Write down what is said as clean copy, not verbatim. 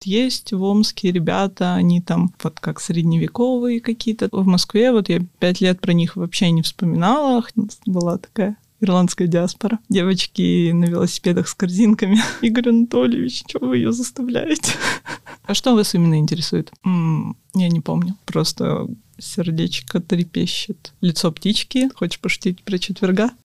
есть в Омске ребята, они там вот как средневековые какие-то. В Москве вот я 5 лет про них вообще не вспоминала. Была такая ирландская диаспора. Девочки на велосипедах с корзинками. Игорь Анатольевич, что вы ее заставляете? А что вас именно интересует? Я не помню. Просто сердечко трепещет. Лицо птички. Хочешь пошутить про четверга?